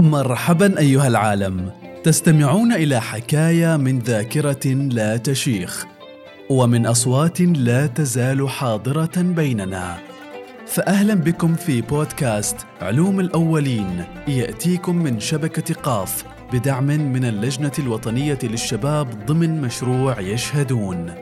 مرحبا أيها العالم، تستمعون إلى حكاية من ذاكرة لا تشيخ ومن أصوات لا تزال حاضرة بيننا. فأهلا بكم في بودكاست علوم الأولين، يأتيكم من شبكة قاف بدعم من اللجنة الوطنية للشباب ضمن مشروع يشهدون.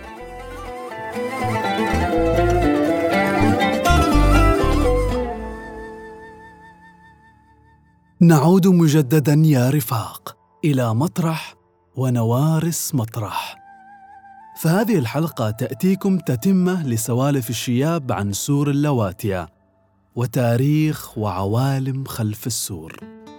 نعود مجددا يا رفاق إلى مطرح ونوارس مطرح. فهذه الحلقة تأتيكم تتمة لسوالف الشياب عن سور اللواتية وتاريخ وعوالم خلف السور.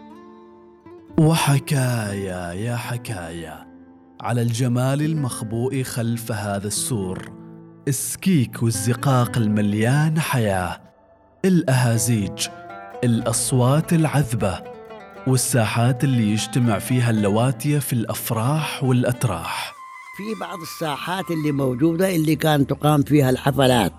وحكاية يا حكاية على الجمال المخبوء خلف هذا السور، السكيك والزقاق المليان حياة، الأهازيج، الأصوات العذبة، والساحات اللي يجتمع فيها اللواتية في الأفراح والأتراح. في بعض الساحات اللي موجودة اللي كان تقام فيها الحفلات،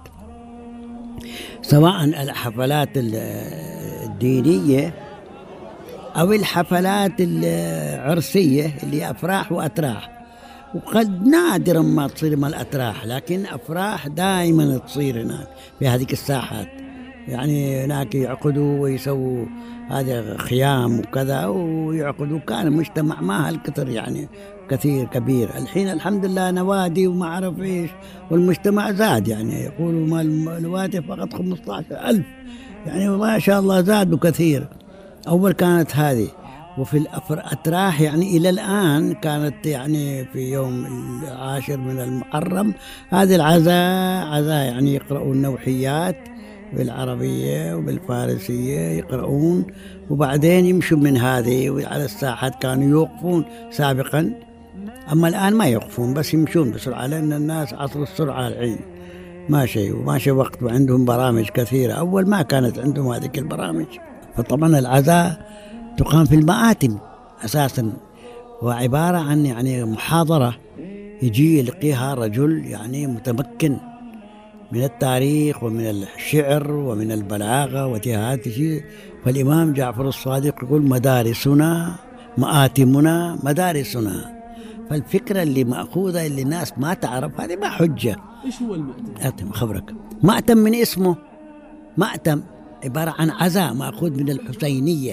سواء الحفلات الدينية أو الحفلات العرسية اللي أفراح وأتراح. وقد نادرا ما تصير من الأتراح، لكن أفراح دائما تصير هناك في هذه الساحات. يعني هناك يعقدوا ويسووا هذا خيام وكذا ويعقدوا، كان مجتمع ما هالكثر يعني كثير كبير. الحين الحمد لله نوادي وما أعرف إيش، والمجتمع زاد، يعني يقولوا ما النوادي فقط 15,000، يعني ما شاء الله زادوا كثير. أول كانت هذه، وفي الأتراح يعني إلى الآن كانت يعني في يوم 10 من المحرم هذه عزاء يعني يقرؤون نوحيات بالعربية وبالفارسية يقرؤون، وبعدين يمشوا من هذه وعلى الساحات. كانوا يوقفون سابقا، أما الآن ما يوقفون، بس يمشون بسرعة، لأن الناس عصر السرعة الحين ماشي وقت، وعندهم برامج كثيرة. أول ما كانت عندهم هذه البرامج. فطبعا العزاء تقام في المآتم أساسا، وعبارة عن يعني محاضرة يجي يلقيها رجل يعني متمكن من التاريخ ومن الشعر ومن البلاغة وهذا شيء. فالإمام جعفر الصادق يقول مدارسنا مآتمنا مدارسنا. فالفكرة اللي مأخوذة اللي الناس ما تعرف هذه ما حجة. إيش هو المأتم؟ خبرك. مأتم من اسمه، مأتم عبارة عن عزاء مأخوذ من الحسينية.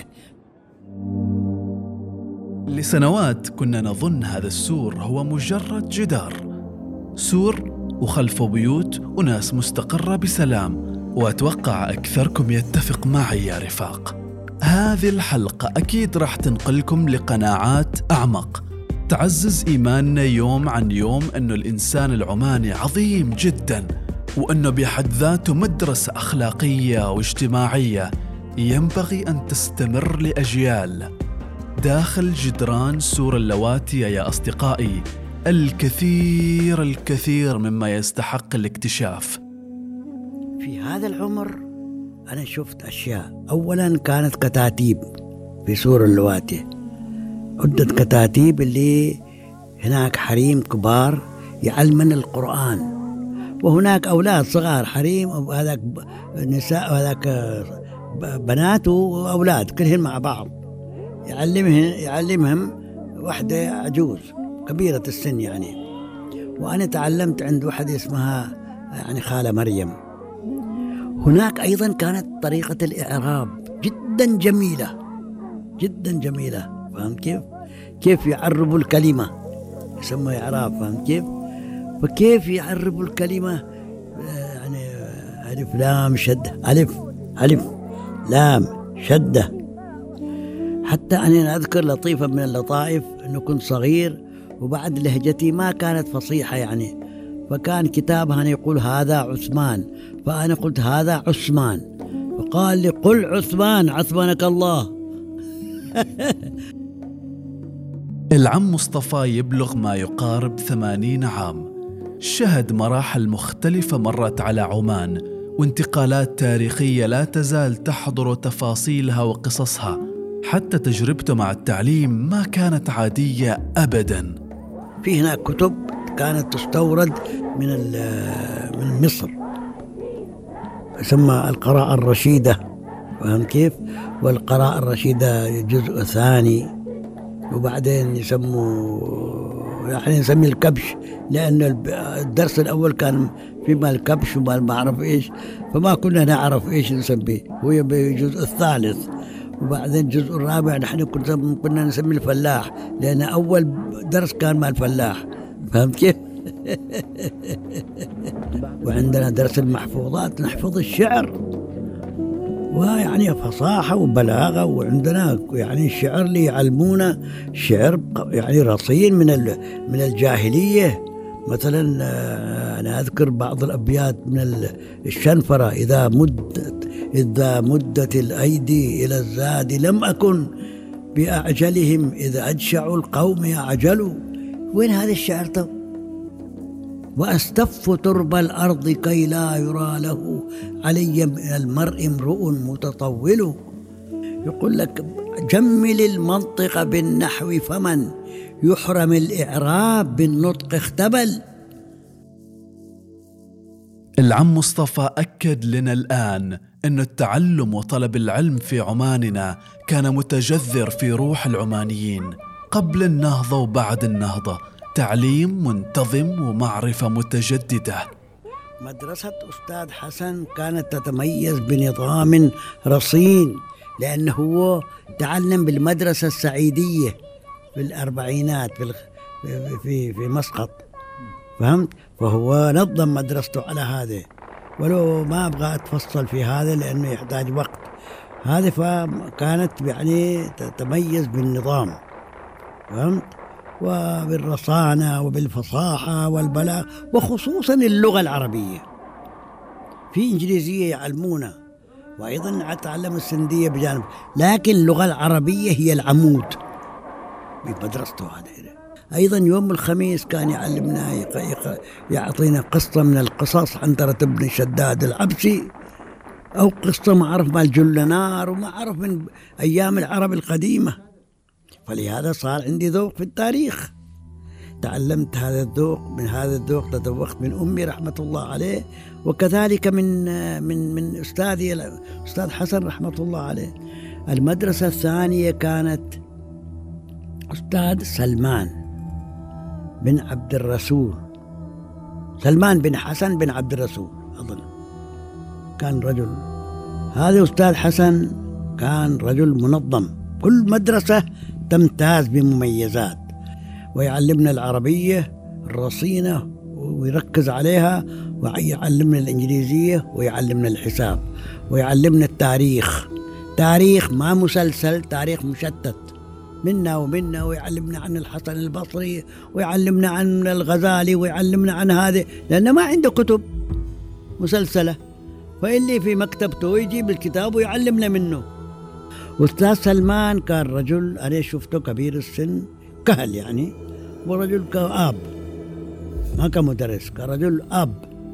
لسنوات كنا نظن هذا السور هو مجرد جدار، سور وخلفه بيوت وناس مستقرة بسلام. وأتوقع أكثركم يتفق معي يا رفاق. هذه الحلقة أكيد راح تنقلكم لقناعات أعمق، تعزز إيماننا يوم عن يوم أنه الإنسان العماني عظيم جدا، وأنه بحد ذاته مدرسة أخلاقية واجتماعية ينبغي أن تستمر لأجيال. داخل جدران سور اللواتية يا أصدقائي الكثير مما يستحق الاكتشاف. في هذا العمر أنا شفت أشياء. أولا كانت كتاتيب في سور اللواتية، عدة كتاتيب اللي هناك حريم كبار يعلمن القرآن، وهناك أولاد صغار حريم، وهذاك نساء وهذاك بنات وأولاد كلهم مع بعض. يعلمهم واحدة عجوز كبيرة السن يعني. وأنا تعلمت عند واحدة اسمها يعني خالة مريم. هناك أيضا كانت طريقة الإعراب جدا جميلة جدا جميلة. فهم كيف يعربوا الكلمة، يسمى إعراب. فهم فكيف يعربوا الكلمة، يعني ألف لام شدة، ألف لام شدة. حتى أنا أذكر لطيفة من اللطائف أنه كنت صغير وبعد لهجتي ما كانت فصيحة يعني، فكان كتابها يقول هذا عثمان، فأنا قلت هذا عثمان، فقال لي قل عثمان عثمانك الله. العم مصطفى يبلغ ما يقارب 80 عام، شهد مراحل مختلفة مرت على عمان، وانتقالات تاريخية لا تزال تحضر تفاصيلها وقصصها. حتى تجربته مع التعليم ما كانت عادية أبداً. في هناك كتب كانت تستورد من مصر، يسمى القراءة الرشيدة، فهم كيف؟ والقراءة الرشيدة جزء ثاني. وبعدين نسمي الكبش، لأن الدرس الأول كان فيما الكبش وما أعرف إيش، فما كنا نعرف إيش نسميه. هو الجزء الثالث. وبعدين الجزء الرابع نحن كنا نسمي الفلاح، لأن أول درس كان مع الفلاح. فهمت كيف؟ وعندنا درس المحفوظات، نحفظ الشعر، ويعني فصاحة وبلاغة. وعندنا يعني الشعر اللي يعلمونا شعر يعني رصين من الجاهلية. مثلا أنا أذكر بعض الأبيات من الشنفرة: إذا مدت الأيدي إلى الزاد لم أكن بأعجلهم، إذا أجشعوا القوم أعجلوا. وين هذا الشعر طب؟ وأستف ترب الأرض كي لا يرى له علي من المرء امرؤ متطول. يقول لك: جمل المنطق بالنحو فمن يحرم الإعراب بالنطق اختبل. العم مصطفى أكد لنا الآن أن التعلم وطلب العلم في عماننا كان متجذر في روح العمانيين قبل النهضة وبعد النهضة، تعليم منتظم ومعرفة متجددة. مدرسة أستاذ حسن كانت تتميز بنظام رصين، لأنه هو تعلم بالمدرسة السعيدية في الأربعينات في مسقط. فهمت؟ فهو نظم مدرسته على هذا، ولو ما أبغى أتفصل في هذا لأنه يحتاج وقت. هذه فكانت يعني تتميز بالنظام، فهمت؟ وبالرصانة وبالفصاحة والبلاغ، وخصوصا اللغة العربية. في إنجليزية يعلمونا، وأيضا أتعلم السندية بجانب، لكن اللغة العربية هي العمود بمدرسته هذه. أيضا يوم الخميس كان يعلمنا يعطينا قصة من القصص عنترة بن شداد العبسي، أو قصة ما أعرف مال جلنار وما أعرف من أيام العرب القديمة. فلهذا صار عندي ذوق في التاريخ. تعلمت هذا الذوق، من هذا الذوق تذوقت من أمي رحمة الله عليه، وكذلك من أستاذي الأستاذ حسن رحمة الله عليه. المدرسة الثانية كانت أستاذ سلمان بن عبد الرسول، سلمان بن حسن بن عبد الرسول أظن كان رجل. هذا أستاذ حسن كان رجل منظم، كل مدرسة تمتاز بمميزات، ويعلمنا العربية الرصينة ويركز عليها، ويعلمنا الإنجليزية، ويعلمنا الحساب، ويعلمنا التاريخ. تاريخ ما مسلسل، تاريخ مشتت منا ومنا، ويعلمنا عن الحسن البصري، ويعلمنا عن الغزالي، ويعلمنا عن هذه، لأنه ما عنده كتب مسلسلة، فاللي في مكتبته يجيب الكتاب ويعلمنا منه. وأستاذ سلمان كان رجل أنا شفته كبير السن، كهل يعني، ورجل كأب، ما كمدرس، كرجل أب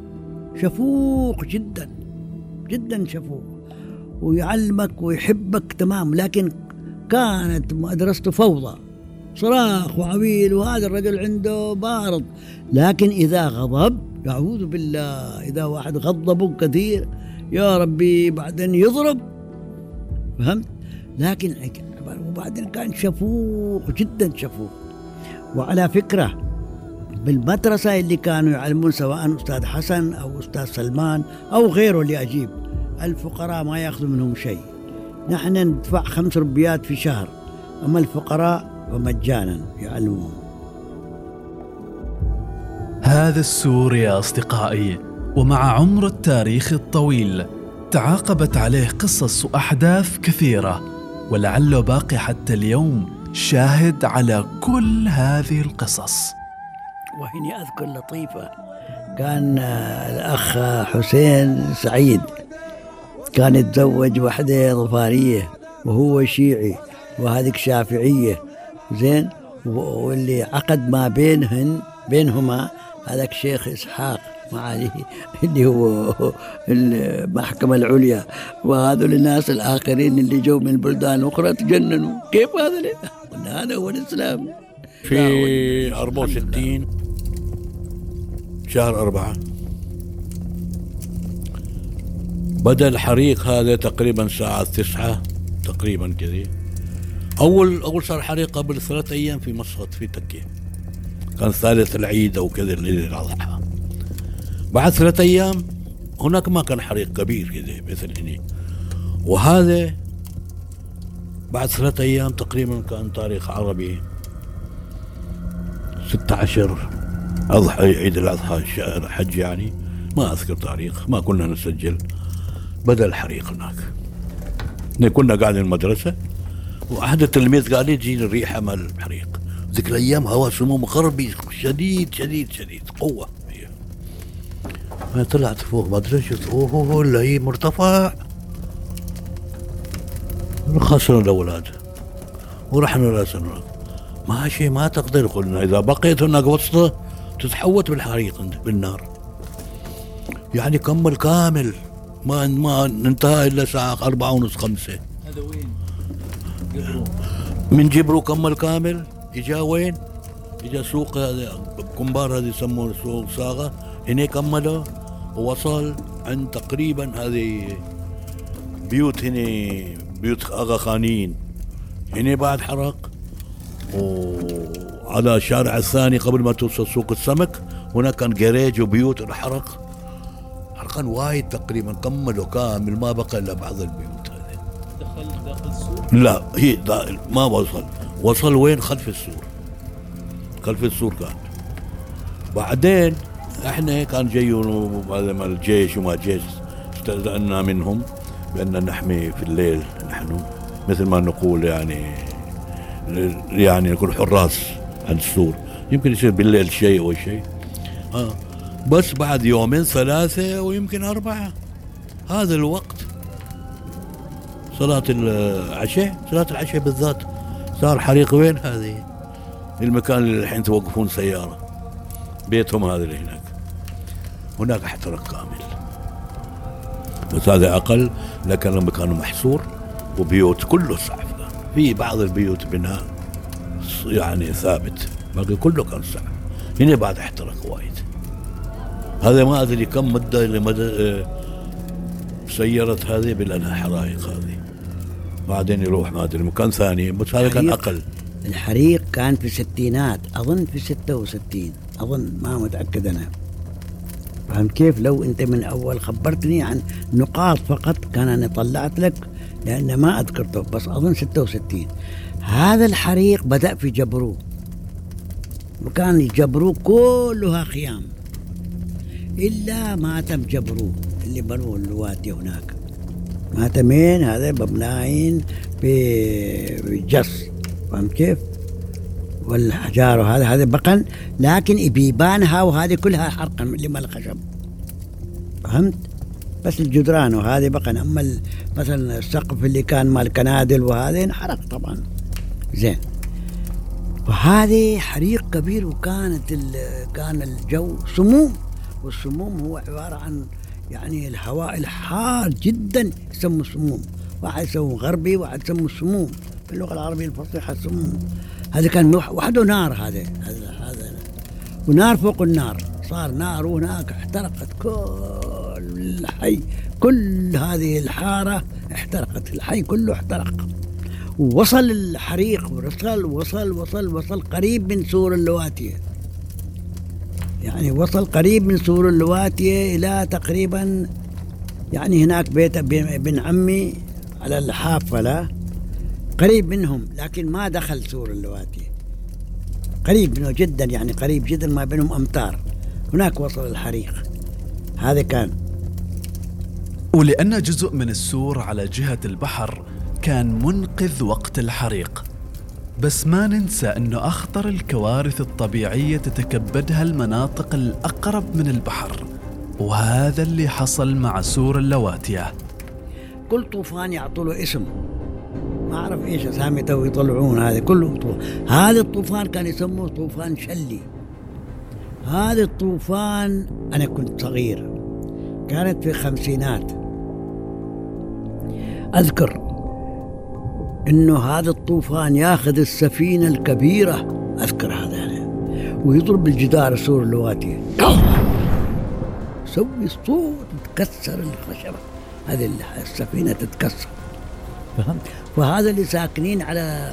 شفوق جدا جدا شفوق، ويعلمك ويحبك تمام. لكن كانت مدرسته فوضى، صراخ وعويل، وهذا الرجل عنده بارد. لكن إذا غضب، أعوذ بالله، إذا واحد غضبه كثير يا ربي بعدين يضرب، فهمت؟ لكن وبعدين كان شفوق جدا شفوق. وعلى فكرة بالمدرسة اللي كانوا يعلمون سواء أستاذ حسن أو أستاذ سلمان أو غيره اللي أجيب، الفقراء ما يأخذوا منهم شيء. نحن ندفع 5 ربيات في شهر، أما الفقراء فمجانا يعلمون. هذا السور يا أصدقائي، ومع عمر التاريخ الطويل تعاقبت عليه قصص وأحداث كثيرة، ولعله باقي حتى اليوم شاهد على كل هذه القصص. وهني أذكر لطيفة، كان الأخ حسين سعيد كان يتزوج وحدة ظفارية، وهو شيعي وهذيك شافعية، زين، واللي عقد ما بينهما هذاك شيخ إسحاق معاليه اللي هو المحكمة العليا، وهذول الناس الآخرين اللي جو من بلدان أخرى تجننوا. كيف هذا هو الإسلام. في 64 شهر 4 بدأ الحريق هذا تقريبا الساعة 9 تقريبا كذي. أول صار حريق قبل 3 أيام في مسقط في تكة، كان ثالث العيد أو كذا العيد الأضحى. بعد 3 أيام هناك ما كان حريق كبير كذا مثل هنا. وهذا بعد 3 أيام تقريبا كان تاريخ عربي 16 أضحى عيد الأضحى حج يعني، ما أذكر تاريخ، ما كنا نسجل. بدأ الحريق هناك. كنا قاعدين المدرسة وأحد التلاميذ قال لي تجيني الريحة مال الحريق. ذيك الأيام هواء سموم غربي شديد شديد شديد قوة. أنا طلعت فوق مدرسة، أوه اللهيب مرتفع. خسرنا الأولاد ورحنا راسنا ماشي، ما تقدر. قلنا إذا بقيت هناك وسطه تتحوت بالحريق بالنار. يعني كمل كامل، ما انتهى إلا ساعة 4:30 5. هذا وين؟ من جبرو كمل كامل. إجا وين؟ إجا سوق هذا كمبار، هذا يسموه سوق صاغة. هنا كمله ووصل عند تقريبا هذه بيوت، هنا بيوت أغا خانين. هنا بعد حرق. وعلى الشارع الثاني قبل ما توصل سوق السمك هناك كان جريج وبيوت انحرق. حرقان وايد تقريبا كملوا كامل، ما بقى الا بعض البيوت. هذه دخل داخل السور؟ لا هي ما وصل وين؟ خلف السور. خلف السور كان. بعدين احنا كان جايون هذا مال الجيش وما جيش، استأذنا منهم بأن نحمي في الليل، نحن مثل ما نقول يعني نكون حراس عند السور. يمكن يصير بالليل شيء أو شيء. بس بعد 2 3 ويمكن 4 هذا الوقت صلاة العشاء بالذات صار حريق. وين هذه المكان اللي الحين توقفون سيارة، بيتهم هذا اللي هناك احترق كامل. بس هذا أقل، لكن المكان محصور وبيوت كله صعب. في بعض البيوت بناء يعني ثابت، باقي كله كان صعب. هنا بعد احترق وايد. هذا ما أدري كم مدة لمدى سيرت هذه بالأنها حرائق هذه. بعدين يروح ما أدري مكان ثاني، بس هذا كان أقل. الحريق كان في الستينات، أظن في 66 أظن، ما متأكد أنا. فهمت كيف؟ لو أنت من أول خبرتني عن نقاط فقط كان أنا طلعت لك، لأن ما أذكرته، بس أظن 66. هذا الحريق بدأ في جبرو، وكان جبرو كلها خيام إلا ماتم جبرو اللي بنوه اللواتي هناك. ماتمين هذا مبناين بجص، فهمت كيف؟ والحجار وهذا بقن، لكن بيبانها وهذه كلها حرقا لما الخشب، فهمت؟ بس الجدران وهذه بقن. أما مثلا السقف اللي كان مال كنادل وهذا انحرق طبعا. زين. وهذه حريق كبير، كان الجو سموم، والسموم هو عبارة عن يعني الهواء الحار جدا يسموه سموم. واحد يسموه غربي، واحد يسموه سموم في اللغة العربية الفصيحة سموم. هذا كان وحده نار، هذا ونار فوق النار، صار نار هناك احترقت كل الحي، كل هذه الحارة احترقت، الحي كله احترق. ووصل الحريق وصل قريب من سور اللواتية، يعني وصل قريب من سور اللواتية إلى تقريبا، يعني هناك بيت ابن عمي على الحافة قريب منهم، لكن ما دخل سور اللواتية، قريب منه جدا، يعني قريب جدا، ما بينهم أمتار. هناك وصل الحريق. هذا كان. ولأن جزء من السور على جهة البحر كان منقذ وقت الحريق، بس ما ننسى أنه أخطر الكوارث الطبيعية تتكبدها المناطق الأقرب من البحر، وهذا اللي حصل مع سور اللواتية. كل طوفان يعطوا له اسم، ما أعرف إيش أسامته ويطلعون، هذا كله طوفان. هذا الطوفان كان يسموه طوفان شلي. هذا الطوفان أنا كنت صغير، كانت في الخمسينات. أذكر إنه هذا الطوفان ياخذ السفينة الكبيرة، أذكر هذا يعني، ويضرب الجدار سور اللواتي، يسوي صوت، تكسر الخشبة، هذه السفينة تتكسر. فهمت. فهذا اللي ساكنين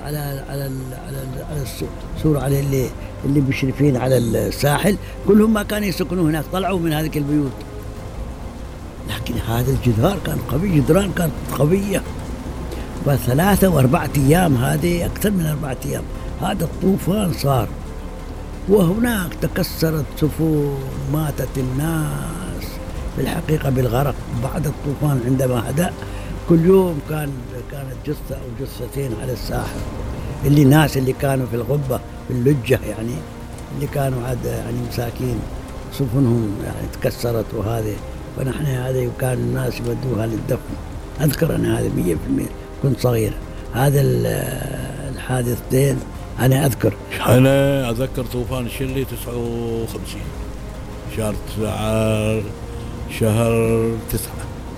على السور، على اللي مشرفين على الساحل، كلهم ما كانوا يسكنوا هناك، طلعوا من هذه البيوت. لكن هذا الجدار كان قوي، جدران كانت قوية. و3 و4 أيام، هذه أكثر من 4 أيام، هذا الطوفان صار، وهناك تكسرت سفن، ماتت الناس في الحقيقة بالغرق بعد الطوفان. عندما هدأ كل يوم كانت جثة أو جثتين على الساحل، الناس اللي كانوا في الغبة في اللجة، يعني اللي كانوا عاد يعني مساكين سفنهم يعني تكسرت وهذه، ونحن هذه وكان الناس يودوها للدفن. أذكر أنا هذا 100%، كنت صغير. هذا الحادثتين أنا أذكر. أنا أذكر طوفان الشلي 59 شهر 9.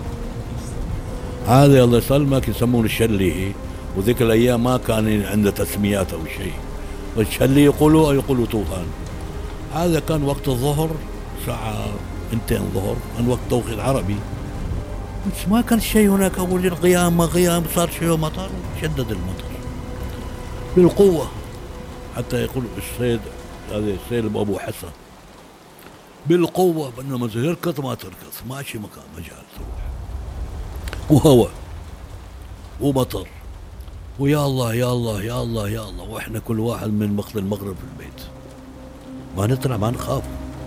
هذا الله يسلمك يسمون الشلي، وذيك الأيام ما كان عنده تسميات أو شيء، والشلي يقولوا طوفان. هذا كان وقت الظهر، ساعة 2 ظهر، كان وقت توقيت عربي، بس ما كان شيء هناك. أول القيام صار شيء مطر، شدد المطر بالقوة، حتى يقول السيد هذا السيد أبو حسن بالقوة، بأنه يركض ما تركض، ماشي مكان مجال تروح، وهواء ومطر، ويا الله يا الله يا الله يا الله، واحنا كل واحد من وقت المغرب في البيت، ما نطلع ما نخاف.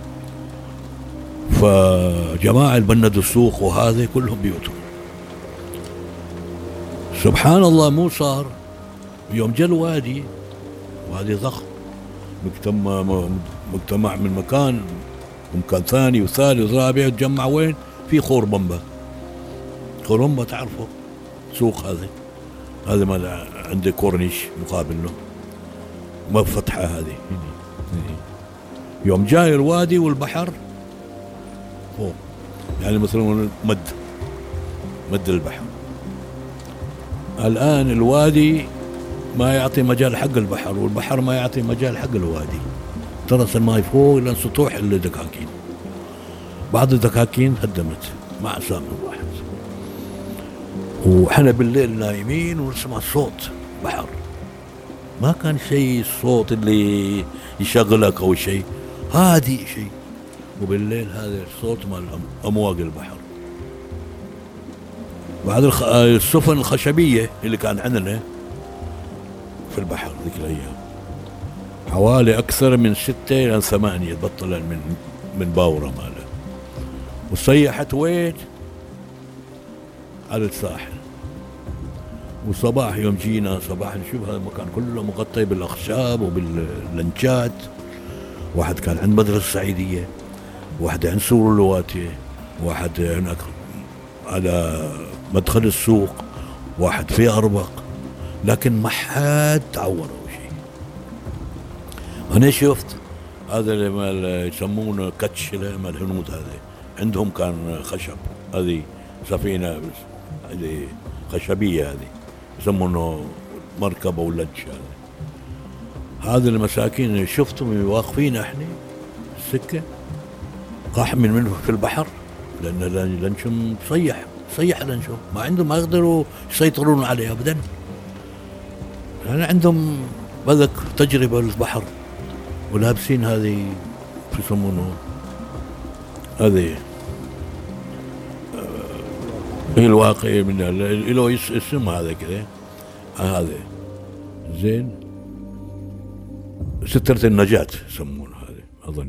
فجماعة البندوا السوق وهذا كلهم بيوتهم. سبحان الله، مو صار يوم جاء الوادي، وادي ضخم مجتمع من مكان ثاني وثالث ورابع، تجمع وين؟ في خوربمبة تعرفوا سوق هذا ما عنده كورنيش مقابل له، ما فتحة هذه. يوم جاي الوادي والبحر فوق، يعني مثلا مد البحر. الآن الوادي ما يعطي مجال حق البحر، والبحر ما يعطي مجال حق الوادي، ترس الماء فوق لأن سطوح الدكاكين، بعض الدكاكين هدمت مع سامي واحد. وحنا بالليل نايمين ونسمع صوت بحر، ما كان شيء الصوت اللي يشغلك أو شيء، هادي شيء. وبالليل هذا الصوت مال أمواج البحر. بعد السفن الخشبية اللي كان عندنا في البحر ذيك الأيام حوالي أكثر من 6 إلى 8 تبطل من باورة ماله، وصيحت وين؟ على الساحل. وصباح يوم جينا صباح نشوف هذا المكان كله مغطي بالأخشاب وباللنشات. واحد كان عند مدرسة السعيدية، واحد عند سور اللواتي، واحد هناك على مدخل السوق، واحد في أربق، لكن ما حد تعور أو شيء. أنا شفت هذا اللي يسمونه كتش مال الهنود، هذا عندهم كان خشب، هذه سفينة هذه خشبية، هذه يسمونه مركبة ولا لنش. هذا المساكين شفتهم واقفين احنا السكة قاح منه في البحر، لأن لنشم صيح لنشم، ما عندهم ما يقدروا يسيطرون عليه أبدا. يعني عندهم بذك تجربة للبحر، ولابسين هذه يسمونه هذه هي الواقع من له اسم هذا كذا، هذا زين سترة النجاة يسمونه هذا أظن.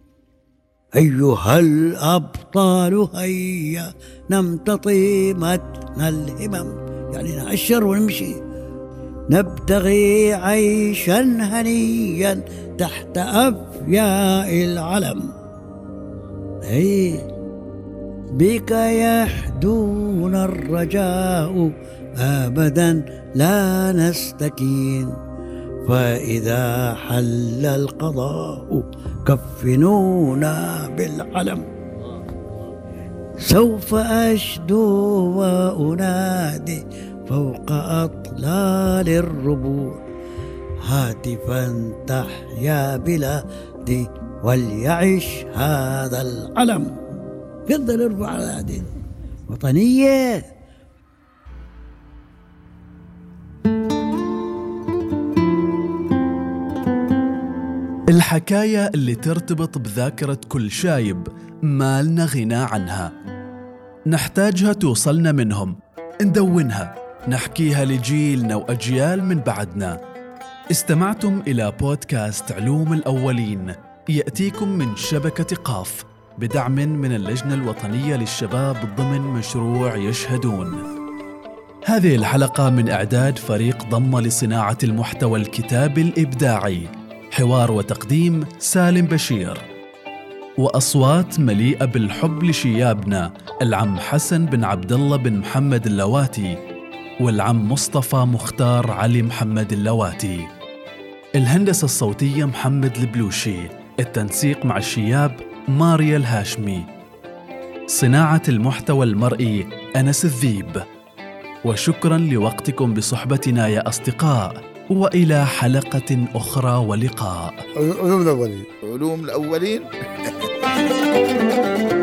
أيها الأبطال هيا نمتطي متن الهمم، يعني نعشر ونمشي، نبتغي عيشا هنيا تحت أفياء العلم. أي بك يحدون الرجاء أبدا لا نستكين، فإذا حل القضاء كفنونا بالعلم. سوف أشدو وأنادي فوق أطلال الربوع هاتفا تحيا بلادي وليعش هذا العلم. فضل ارفع على يدين وطنية. الحكاية اللي ترتبط بذاكرة كل شايب ما لنا غنى عنها، نحتاجها توصلنا منهم، ندونها، نحكيها لجيلنا وأجيال من بعدنا. استمعتم إلى بودكاست علوم الأولين يأتيكم من شبكة قاف بدعم من اللجنة الوطنية للشباب ضمن مشروع يشهدون. هذه الحلقة من إعداد فريق ضم لصناعة المحتوى الكتابي الإبداعي، حوار وتقديم سالم بشير، وأصوات مليئة بالحب لشيابنا العم حسن بن عبد الله بن محمد اللواتي والعم مصطفى مختار علي محمد اللواتي. الهندسة الصوتية محمد البلوشي، التنسيق مع الشياب ماريا الهاشمي، صناعة المحتوى المرئي أنس الذيب. وشكرا لوقتكم بصحبتنا يا أصدقاء، وإلى حلقة أخرى ولقاء. علوم الأولين